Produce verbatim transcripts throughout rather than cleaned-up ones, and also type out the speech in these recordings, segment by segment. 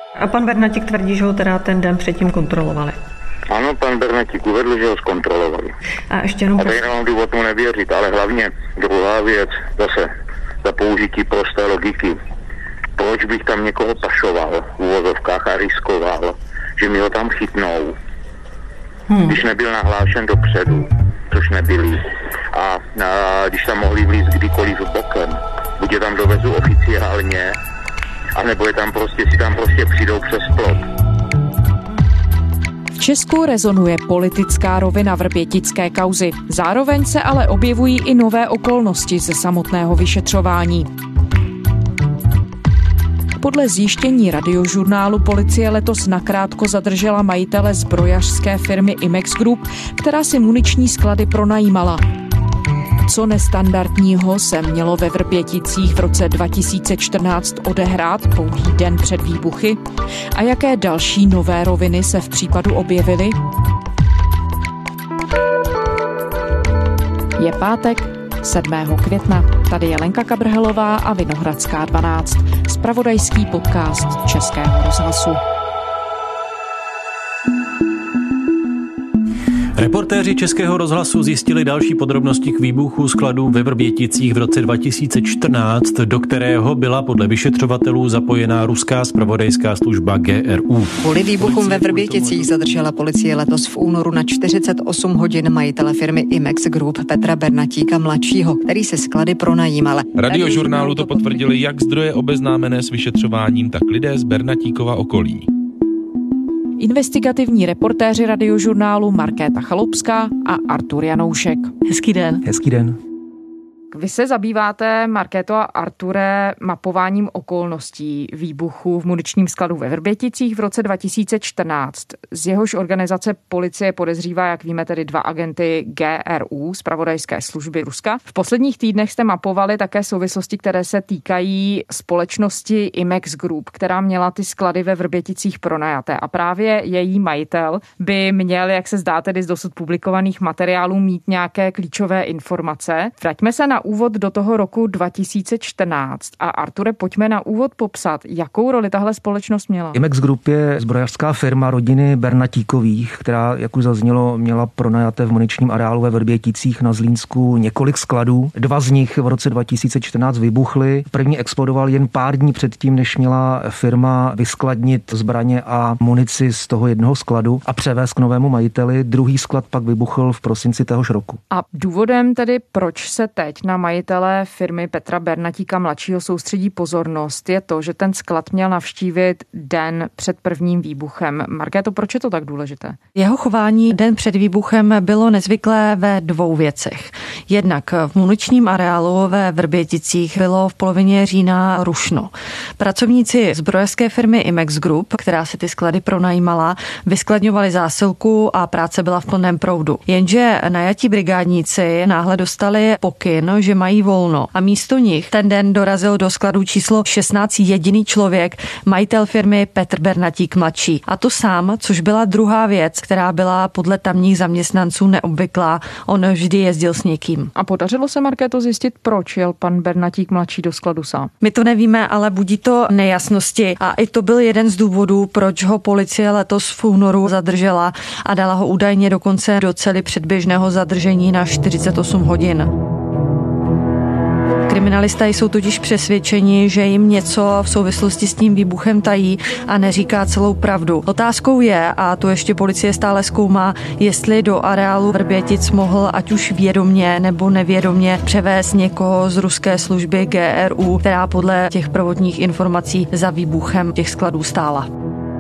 A pan Bernatík tvrdí, že ho teda ten den předtím kontrolovali. Ano, pan Bernatík uvedl, že ho zkontrolovali. A ještě jenom... A tady nemám důvod mu nevěřit, ale hlavně druhá věc, zase za použití prosté logiky. Proč bych tam někoho pašoval v uvozovkách a riskoval, že mi ho tam chytnou, hmm. když nebyl nahlášen dopředu, což nebyli. A, a když tam mohli vlízt kdykoliv bokem, buď je tam dovezu oficiálně, anebo je tam prostě, si tam prostě přijdou přes plot. V Česku rezonuje politická rovina vrbětické kauzy. Zároveň se ale objevují i nové okolnosti ze samotného vyšetřování. Podle zjištění Radiožurnálu policie letos nakrátko zadržela majitele zbrojařské firmy Imex Group, která si muniční sklady pronajímala. Co nestandardního se mělo ve Vrběticích v roce dva tisíce čtrnáct odehrát pouhý den před výbuchy? A jaké další nové roviny se v případu objevily? Je pátek, sedmého května. Tady je Lenka Kabrhelová a Vinohradská dvanáct. Zpravodajský podcast Českého rozhlasu. Reportéři Českého rozhlasu zjistili další podrobnosti k výbuchu skladů ve Vrběticích v roce dva tisíce čtrnáct, do kterého byla podle vyšetřovatelů zapojená ruská zpravodajská služba G R U. Kvůli výbuchům ve Vrběticích zadržela policie letos v únoru na čtyřicet osm hodin majitele firmy Imex Group Petra Bernatíka mladšího, který se sklady pronajímal. Radiožurnálu to potvrdili jak zdroje obeznámené s vyšetřováním, tak lidé z Bernatíkova okolí. Investigativní reportéři Radiožurnálu Markéta Chalupská a Artur Janoušek. Hezký den. Hezký den. Vy se zabýváte, Markéto a Arture, mapováním okolností výbuchu v muničním skladu ve Vrběticích v roce dva tisíce čtrnáct. Z jehož organizace policie podezřívá, jak víme, tedy dva agenty G R U, zpravodajské služby Ruska. V posledních týdnech jste mapovali také souvislosti, které se týkají společnosti Imex Group, která měla ty sklady ve Vrběticích pronajaté. A právě její majitel by měl, jak se zdá tedy z dosud publikovaných materiálů, mít nějaké klíčové informace. Vraťme se na úvod do toho roku dva tisíce čtrnáct. A Arture, pojďme na úvod popsat, jakou roli tahle společnost měla. Imex Group je zbrojařská firma rodiny Bernatíkových, která, jak už zaznělo, měla pronajaté v muničním areálu ve Vrběticích na Zlínsku několik skladů. Dva z nich v roce dva tisíce čtrnáct vybuchly. První explodoval jen pár dní předtím, než měla firma vyskladnit zbraně a munici z toho jednoho skladu a převést k novému majiteli. Druhý sklad pak vybuchl v prosinci téhož roku. A důvodem tedy, proč se teď na majitele firmy Petra Bernatíka mladšího soustředí pozornost, je to, že ten sklad měl navštívit den před prvním výbuchem. Markéto, proč je to tak důležité? Jeho chování den před výbuchem bylo nezvyklé ve dvou věcech. Jednak v muničním areálu ve Vrběticích bylo v polovině října rušno. Pracovníci zbrojařské firmy Imex Group, která si ty sklady pronajímala, vyskladňovali zásilku a práce byla v plném proudu. Jenže najatí brigádníci náhle dostali pokyn, že mají volno a místo nich ten den dorazil do skladu číslo šestnáct jediný člověk, majitel firmy Petr Bernatík mladší. A to sám, což byla druhá věc, která byla podle tamních zaměstnanců neobvyklá. On vždy jezdil s někým. A podařilo se, Markéto, zjistit, proč jel pan Bernatík mladší do skladu sám? My to nevíme, ale budí to nejasnosti a i to byl jeden z důvodů, proč ho policie letos v únoru zadržela a dala ho údajně dokonce do cely předběžného zadržení na čtyřicet osm hodin. Kriminalisté jsou totiž přesvědčeni, že jim něco v souvislosti s tím výbuchem tají a neříká celou pravdu. Otázkou je, a to ještě policie stále zkoumá, jestli do areálu Vrbětic mohl ať už vědomě nebo nevědomě převést někoho z ruské služby G R U, která podle těch prvotních informací za výbuchem těch skladů stála.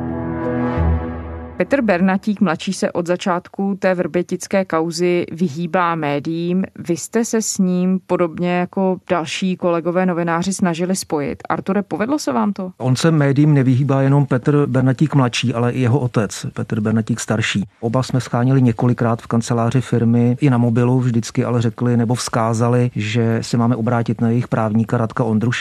Petr Bernatík mladší se od začátku té vrbětické kauzy vyhýbá médiím. Vy jste se s ním podobně jako další kolegové novináři snažili spojit. Arture, povedlo se vám to? On se médiím nevyhýbá jenom Petr Bernatík mladší, ale i jeho otec, Petr Bernatík starší. Oba jsme scháněli několikrát v kanceláři firmy, i na mobilu vždycky ale řekli nebo vzkázali, že se máme obrátit na jejich právníka Radka Ondruše.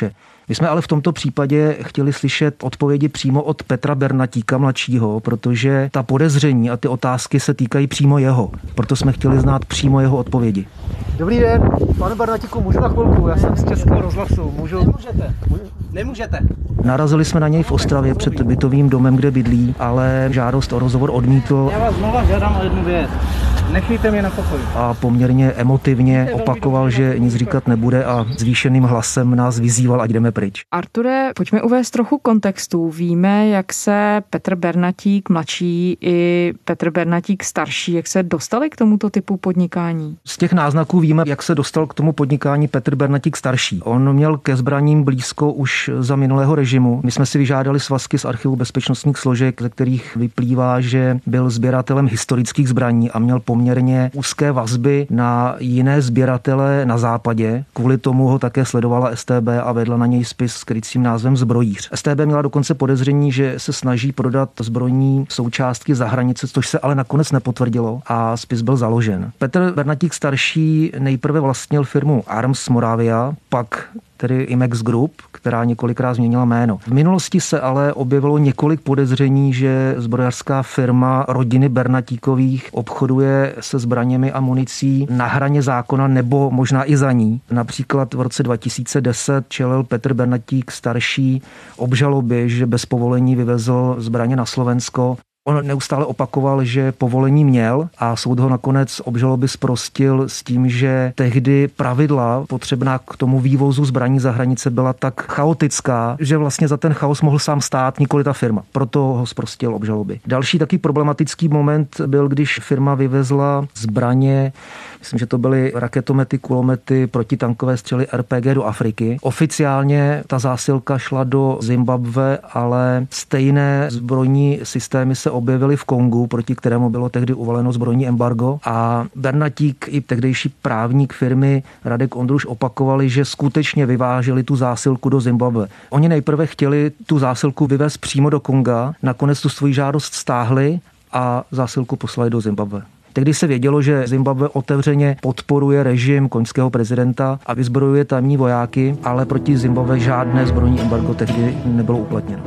My jsme ale v tomto případě chtěli slyšet odpovědi přímo od Petra Bernatíka mladšího, protože ta podezření a ty otázky se týkají přímo jeho. Proto jsme chtěli znát přímo jeho odpovědi. Dobrý den, pane Bernatíku, můžu na chvilku? Já jsem z Českého rozhlasu. Můžu? Nemůžete. Nemůžete. Narazili jsme na něj v Ostravě před bytovým domem, kde bydlí, ale žádost o rozhovor odmítl. Já vás znova žádám o jednu věc. Nechejte mě na pokoji. A poměrně emotivně opakoval, že nic říkat nebude a zvýšeným hlasem nás vyzýval, ať jdeme pryč. Arture, pojďme uvést trochu kontextu. Víme, jak se Petr Bernatík mladší i Petr Bernatík starší, jak se dostali k tomuto typu podnikání? Z těch náznaků víme, jak se dostal k tomu podnikání Petr Bernatík starší. On měl ke zbraním blízko už za minulého režimu. My jsme si vyžádali svazky z archivu bezpečnostních složek, ze kterých vyplývá, že byl sběratelem historických zbraní a měl poměrně úzké vazby na jiné sběratele na západě. Kvůli tomu ho také sledovala S T B a vedla na něj spis s krycím názvem Zbrojíř. S T B měla dokonce podezření, že se snaží prodat zbrojní součástky za hranice, což se ale nakonec nepotvrdilo a spis byl založen. Petr Bernatík starší nejprve vlastnil firmu Arms Moravia, pak tedy Imex Group, která několikrát změnila jméno. V minulosti se ale objevilo několik podezření, že zbrojařská firma rodiny Bernatíkových obchoduje se zbraněmi a municí na hraně zákona nebo možná i za ní. Například v roce dva tisíce deset čelil Petr Bernatík starší obžalobě, že bez povolení vyvezl zbraně na Slovensko. On neustále opakoval, že povolení měl a soud ho nakonec obžaloby zprostil s tím, že tehdy pravidla potřebná k tomu vývozu zbraní za hranice byla tak chaotická, že vlastně za ten chaos mohl sám stát, nikoli ta firma. Proto ho zprostil obžaloby. Další taky problematický moment byl, když firma vyvezla zbraně, myslím, že to byly raketomety, kulomety, protitankové střely R P G do Afriky. Oficiálně ta zásilka šla do Zimbabwe, ale stejné zbrojní systémy se objevily v Kongu, proti kterému bylo tehdy uvaleno zbrojní embargo. A Bernatík i tehdejší právník firmy Radek Ondruš opakovali, že skutečně vyváželi tu zásilku do Zimbabwe. Oni nejprve chtěli tu zásilku vyvést přímo do Konga, nakonec tu svoji žádost stáhli a zásilku poslali do Zimbabwe. Tehdy se vědělo, že Zimbabwe otevřeně podporuje režim koňského prezidenta a vyzbrojuje tamní vojáky, ale proti Zimbabwe žádné zbrojní embargo tehdy nebylo uplatněno.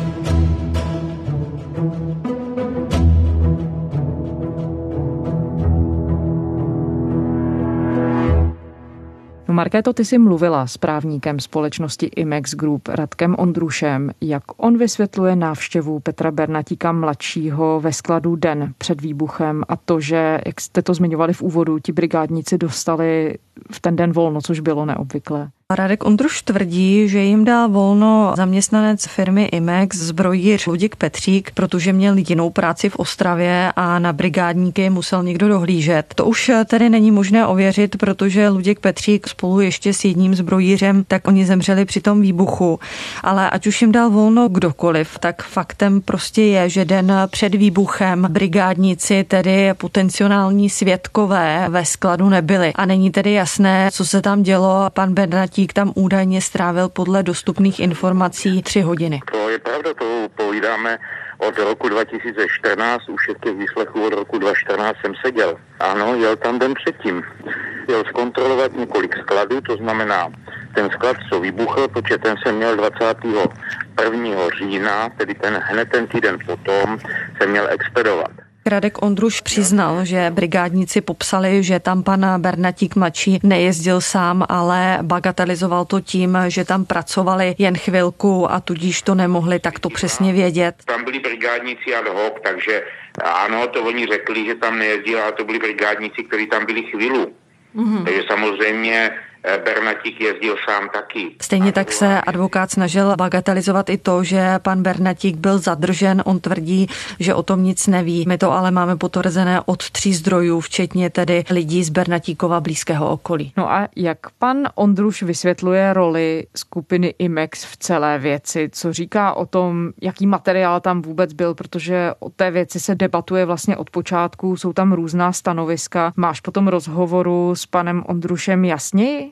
No Markéto, ty jsi mluvila s právníkem společnosti Imex Group Radkem Ondrušem. Jak on vysvětluje návštěvu Petra Bernatíka mladšího ve skladu den před výbuchem a to, že, jak jste to zmiňovali v úvodu, ti brigádníci dostali v ten den volno, což bylo neobvyklé? Radek Ondruš tvrdí, že jim dal volno zaměstnanec firmy Imex, zbrojíř Luděk Petřík, protože měl jinou práci v Ostravě a na brigádníky musel někdo dohlížet. To už tedy není možné ověřit, protože Luděk Petřík spolu ještě s jedním zbrojířem, tak oni zemřeli při tom výbuchu. Ale ať už jim dal volno kdokoliv, tak faktem prostě je, že den před výbuchem brigádníci, tedy potenciální svědkové, ve skladu nebyli. A není tedy jasné, co se tam dělo. Pan Bernatík tam údajně strávil podle dostupných informací tři hodiny. To je pravda, to povídáme od roku dva tisíce čtrnáct, už v těch výslechů od roku dva tisíce čtrnáct jsem seděl. Ano, jel tam den předtím. Jel zkontrolovat několik skladů, to znamená ten sklad, co vybuchl, protože ten jsem měl dvacátého prvního října, tedy ten hned ten týden potom, jsem měl expedovat. Radek Ondruš přiznal, že brigádníci popsali, že tam pan Bernatík mladší nejezdil sám, ale bagatelizoval to tím, že tam pracovali jen chvilku a tudíž to nemohli takto přesně vědět. Tam byli brigádníci ad hoc, takže ano, to oni řekli, že tam nejezdil, ale to byli brigádníci, kteří tam byli chvíli. Mm-hmm. Takže samozřejmě Bernatík jezdil sám taky. Stejně tak se advokát snažil bagatelizovat i to, že pan Bernatík byl zadržen. On tvrdí, že o tom nic neví. My to ale máme potvrzené od tří zdrojů, včetně tedy lidí z Bernatíkova blízkého okolí. No a jak pan Ondruš vysvětluje roli skupiny Imex v celé věci? Co říká o tom, jaký materiál tam vůbec byl, protože o té věci se debatuje vlastně od počátku, jsou tam různá stanoviska. Máš po tom rozhovoru s panem Ondrušem jasněji?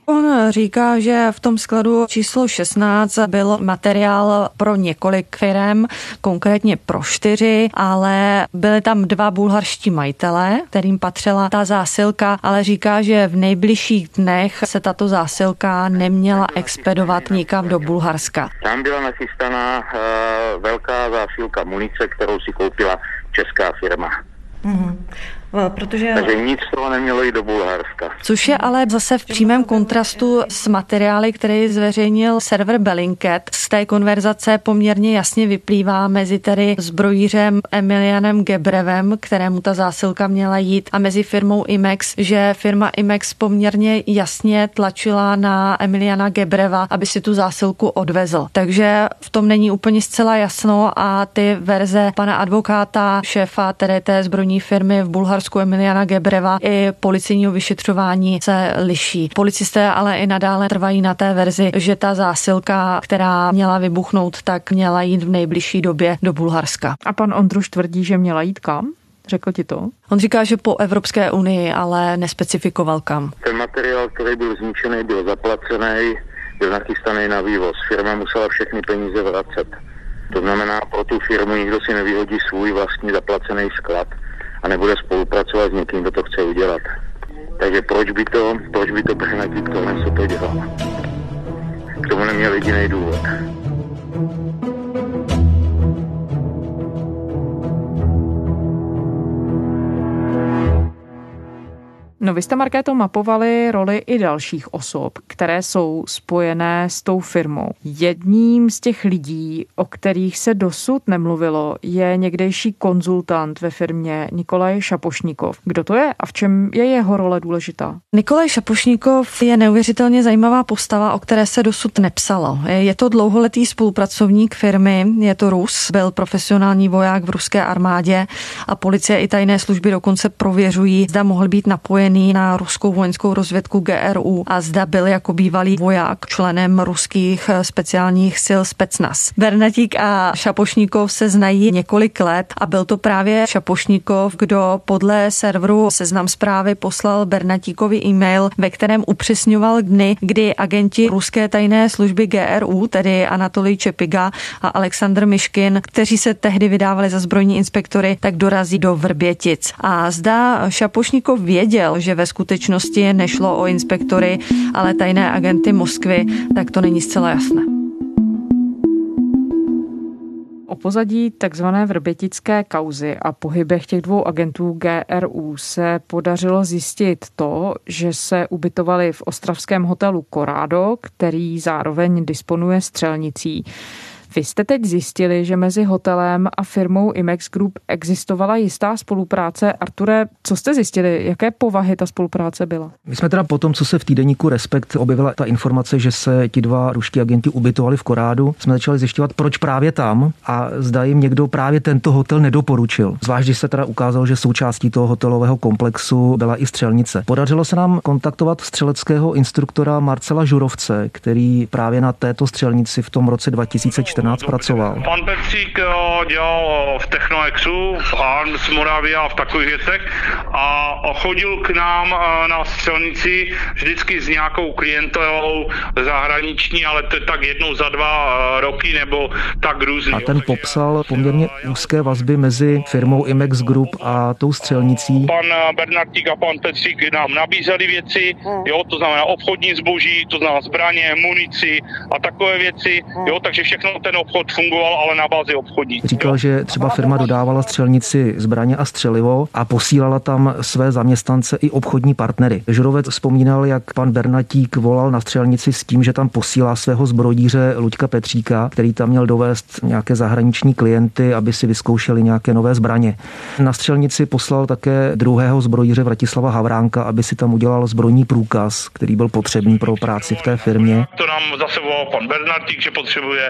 On říká, že v tom skladu číslo šestnáct byl materiál pro několik firem, konkrétně pro čtyři, ale byly tam dva bulharští majitelé, kterým patřila ta zásilka, ale říká, že v nejbližších dnech se tato zásilka neměla expedovat nikam do Bulharska. Tam byla nachystaná uh, velká zásilka munice, kterou si koupila česká firma. Mm-hmm. Protože... Takže nic z toho nemělo jít do Bulharska. Což je ale zase v přímém kontrastu s materiály, které zveřejnil server Bellingcat. Z té konverzace poměrně jasně vyplývá mezi tedy zbrojířem Emilianem Gebrevem, kterému ta zásilka měla jít, a mezi firmou Imex, že firma Imex poměrně jasně tlačila na Emiliana Gebreva, aby si tu zásilku odvezl. Takže v tom není úplně zcela jasno a ty verze pana advokáta, šéfa tedy té zbrojní firmy v Bulharsku Emiliana Gebreva i policejního vyšetřování se liší. Policisté ale i nadále trvají na té verzi, že ta zásilka, která měla vybuchnout, tak měla jít v nejbližší době do Bulharska. A pan Ondruš tvrdí, že měla jít kam? Řekl ti to? On říká, že po Evropské unii, ale nespecifikoval kam. Ten materiál, který byl zničený, byl zaplacený, byl nachystaný na vývoz. Firma musela všechny peníze vracet. To znamená, pro tu firmu nikdo si nevyhodí svůj vlastní zaplacený sklad a nebude spolupracovat s někým, kdo to chce udělat. Takže proč by to, proč by to Bernatík tohle se to dělal? K tomu neměl jediný důvod. No vy jste, Markéto, mapovali roli i dalších osob, které jsou spojené s tou firmou. Jedním z těch lidí, o kterých se dosud nemluvilo, je někdejší konzultant ve firmě Nikolaj Šapošníkov. Kdo to je a v čem je jeho role důležitá? Nikolaj Šapošníkov je neuvěřitelně zajímavá postava, o které se dosud nepsalo. Je to dlouholetý spolupracovník firmy, je to Rus, byl profesionální voják v ruské armádě a policie i tajné služby dokonce prověřují, zda mohl být napojený na ruskou vojenskou rozvědku G R U a zda byl jako bývalý voják členem ruských speciálních sil Specnaz. Bernatík a Šapošníkov se znají několik let a byl to právě Šapošníkov, kdo podle serveru Seznam Zprávy poslal Bernatíkovi e-mail, ve kterém upřesňoval dny, kdy agenti ruské tajné služby G R U, tedy Anatolij Čepiga a Aleksandr Myškin, kteří se tehdy vydávali za zbrojní inspektory, tak dorazí do Vrbětic. A zda Šapošníkov věděl, že ve skutečnosti nešlo o inspektory, ale tajné agenty Moskvy, tak to není zcela jasné. O pozadí takzvané vrbětické kauzy a pohybech těch dvou agentů G R U se podařilo zjistit to, že se ubytovali v ostravském hotelu Corrado, který zároveň disponuje střelnicí. Vy jste teď zjistili, že mezi hotelem a firmou Imex Group existovala jistá spolupráce. Arture, co jste zjistili? Jaké povahy ta spolupráce byla? My jsme teda po tom, co se v týdeníku Respekt objevila ta informace, že se ti dva ruští agenti ubytovali v Korádu, jsme začali zjišťovat, proč právě tam a zda jim někdo právě tento hotel nedoporučil. Zvlášť, když se teda ukázalo, že součástí toho hotelového komplexu byla i střelnice. Podařilo se nám kontaktovat střeleckého instruktora Marcela Žurovce, který právě na této střelnici v tom roce dva tisíce čtrnáct pracoval. Pan Petřík dělal v Technoexu, v Arms Moravia, v takových věcech a chodil k nám na střelnici vždycky s nějakou klientelou zahraniční, ale to je tak jednou za dva roky nebo tak různě. A ten popsal poměrně úzké vazby mezi firmou Imex Group a tou střelnicí. Pan Bernardík a pan Petřík nám nabízeli věci, jo, to znamená obchodní zboží, to znamená zbraně, munici a takové věci, jo, takže všechno ten obchod fungoval, ale na bázi obchodní. Říkal, že třeba firma dodávala střelnici zbraně a střelivo a posílala tam své zaměstnance i obchodní partnery. Žurovec vzpomínal, jak pan Bernatík volal na střelnici s tím, že tam posílá svého zbrojíře Luďka Petříka, který tam měl dovést nějaké zahraniční klienty, aby si vyzkoušeli nějaké nové zbraně. Na střelnici poslal také druhého zbrojíře Vratislava Havránka, aby si tam udělal zbrojní průkaz, který byl potřebný pro práci v té firmě. To nám zase volal pan Bernardík, že potřebuje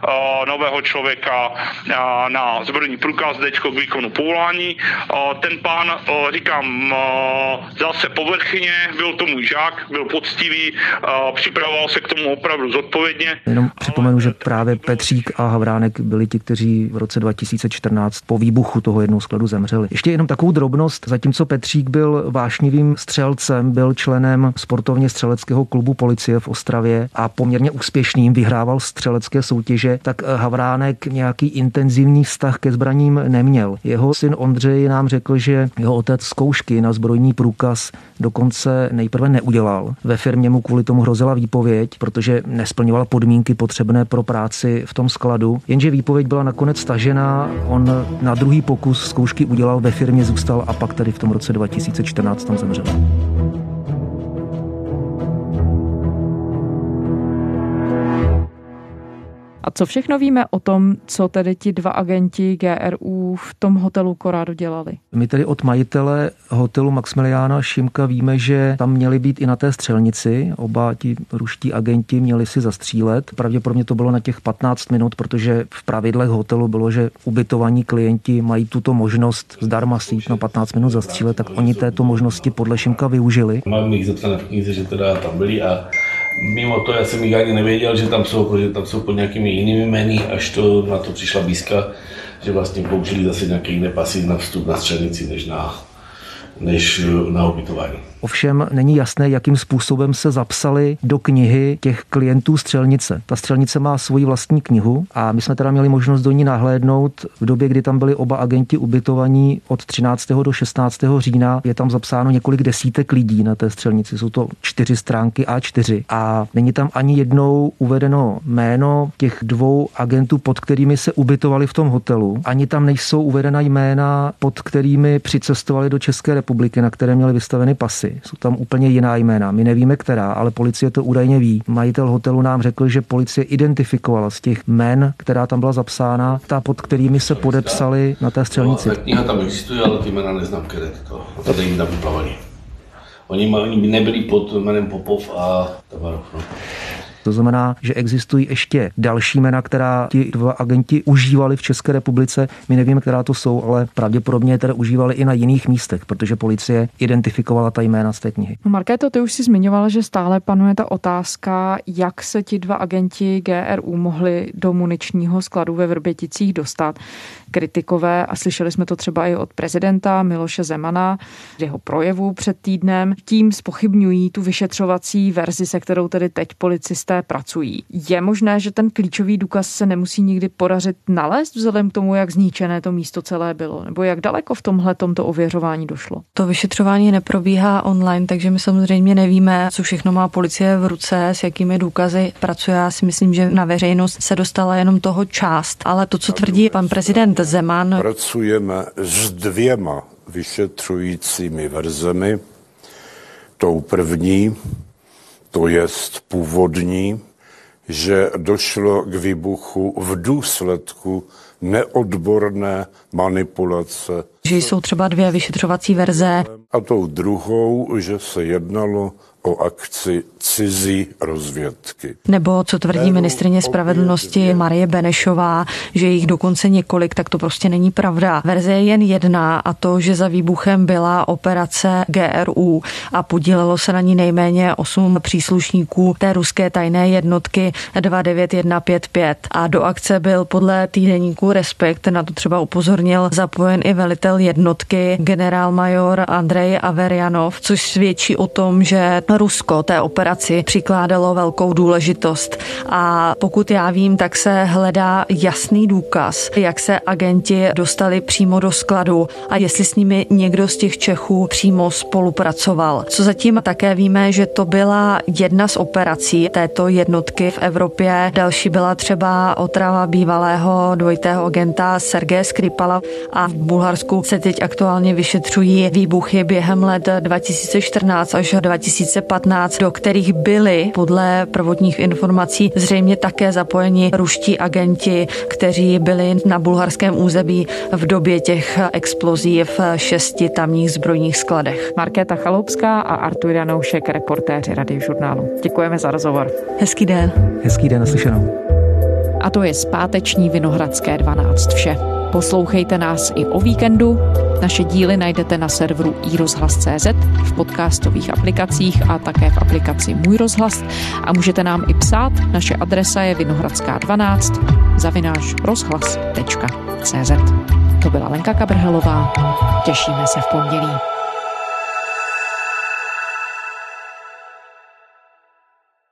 nového člověka na zbrojní průkaz Dčko k výkonu povolání. Ten pán, říkám, zase povrchně, byl to můj žák, byl poctivý, připravoval se k tomu opravdu zodpovědně. Jenom připomenu, že právě Petřík a Havránek byli ti, kteří v roce dva tisíce čtrnáct po výbuchu toho jednoho skladu zemřeli. Ještě jenom takovou drobnost, zatímco Petřík byl vášnivým střelcem, byl členem sportovně střeleckého klubu Policie v Ostravě a poměrně úspěšným, vyhrával střelecké soutěže, tak Havránek nějaký intenzivní vztah ke zbraním neměl. Jeho syn Ondřej nám řekl, že jeho otec zkoušky na zbrojní průkaz dokonce nejprve neudělal. Ve firmě mu kvůli tomu hrozila výpověď, protože nesplňoval podmínky potřebné pro práci v tom skladu, jenže výpověď byla nakonec stažená, on na druhý pokus zkoušky udělal, ve firmě zůstal a pak tady v tom roce dva tisíce čtrnáct tam zemřel. A co všechno víme o tom, co tedy ti dva agenti G R U v tom hotelu Corrado dělali? My tedy od majitele hotelu Maximiliána Šimka víme, že tam měli být i na té střelnici. Oba ti ruští agenti měli si zastřílet. Pravděpodobně to bylo na těch patnáct minut, protože v pravidlech hotelu bylo, že ubytovaní klienti mají tuto možnost zdarma si jít na patnáct minut zastřílet, tak oni této možnosti podle Šimka využili. Mám jich zapsané v knize, že teda tam byli a mimo to já jsem jich ani nevěděl, že tam jsou, protože tam jsou pod nějakými jinými jmény, až to na to přišla Bíska, že vlastně použili zase nějaké jiné pasy na vstup na střelnici, než na, než na ubytování. Ovšem není jasné, jakým způsobem se zapsali do knihy těch klientů střelnice. Ta střelnice má svoji vlastní knihu a my jsme teda měli možnost do ní nahlédnout v době, kdy tam byli oba agenti ubytovaní od třináctého do šestnáctého října. Je tam zapsáno několik desítek lidí na té střelnici. Jsou to čtyři stránky A čtyři a není tam ani jednou uvedeno jméno těch dvou agentů, pod kterými se ubytovali v tom hotelu. Ani tam nejsou uvedena jména, pod kterými přicestovali do České republiky, na které měli vystaveny pasy. Jsou tam úplně jiná jména. My nevíme, která, ale policie to údajně ví. Majitel hotelu nám řekl, že policie identifikovala z těch jmen, která tam byla zapsána, ta, pod kterými se podepsali na té střelnici. No, ta kniha tam existuje, ale ty jména neznám, které to. A tady jim tam vyplavali. Oni, oni nebyli pod jménem Popov a Tavarov. No. To znamená, že existují ještě další jména, která ti dva agenti užívali v České republice. My nevíme, která to jsou, ale pravděpodobně je teda užívali i na jiných místech, protože policie identifikovala ta jména z té knihy. No Markéto, ty už si zmiňovala, že stále panuje ta otázka, jak se ti dva agenti G R U mohli do muničního skladu ve Vrběticích dostat. Kritikové, a slyšeli jsme to třeba i od prezidenta Miloše Zemana, jeho projevu před týdnem, tím zpochybňují tu vyšetřovací verzi, se kterou tedy teď policisté pracují. Je možné, že ten klíčový důkaz se nemusí nikdy podařit nalézt vzhledem k tomu, jak zničené to místo celé bylo? Nebo jak daleko v tomhle tomto ověřování došlo? To vyšetřování neprobíhá online, takže my samozřejmě nevíme, co všechno má policie v ruce, s jakými důkazy pracuje. Já si myslím, že na veřejnost se dostala jenom toho část, ale to, co tvrdí pan prezident Zeman. Pracujeme s dvěma vyšetřujícími verzemi. Tou první, to jest původní, že došlo k výbuchu v důsledku neodborné manipulace. Že jsou třeba dvě vyšetřovací verze. A tou druhou, že se jednalo o akci cizí rozvědky. Nebo co tvrdí ministryně spravedlnosti Marie Benešová, že jich dokonce několik, tak to prostě není pravda. Verze je jen jedna a to, že za výbuchem byla operace G R U a podílelo se na ní nejméně osm příslušníků té ruské tajné jednotky dva devět jedna pět pět. A do akce byl podle týdeníku Respekt, na to třeba upozornil, zapojen i velitel jednotky generálmajor Andrej Averjanov, což svědčí o tom, že Rusko té operaci přikládalo velkou důležitost. A pokud já vím, tak se hledá jasný důkaz, jak se agenti dostali přímo do skladu a jestli s nimi někdo z těch Čechů přímo spolupracoval. Co zatím také víme, že to byla jedna z operací této jednotky v Evropě. Další byla třeba otrava bývalého dvojitého agenta Sergeje Skripala a v Bulharsku se teď aktuálně vyšetřují výbuchy během let dva tisíce čtrnáct až dva tisíce patnáct, do kterých byli podle prvotních informací zřejmě také zapojeni ruští agenti, kteří byli na bulharském území v době těch explozí v šesti tamních zbrojních skladech. Markéta Chaloupská a Artur Janoušek, reportéři Radiožurnálu. Děkujeme za rozhovor. Hezký den. Hezký den, naslyšenou. A to je z páteční Vinohradské dvanáct vše. Poslouchejte nás i o víkendu. Naše díly najdete na serveru i rozhlas tečka cé zet, v podcastových aplikacích a také v aplikaci Můj rozhlas. A můžete nám i psát. Naše adresa je vinohradská dvanáct zavináč rozhlas tečka cé zet. To byla Lenka Kabrhelová. Těšíme se v pondělí.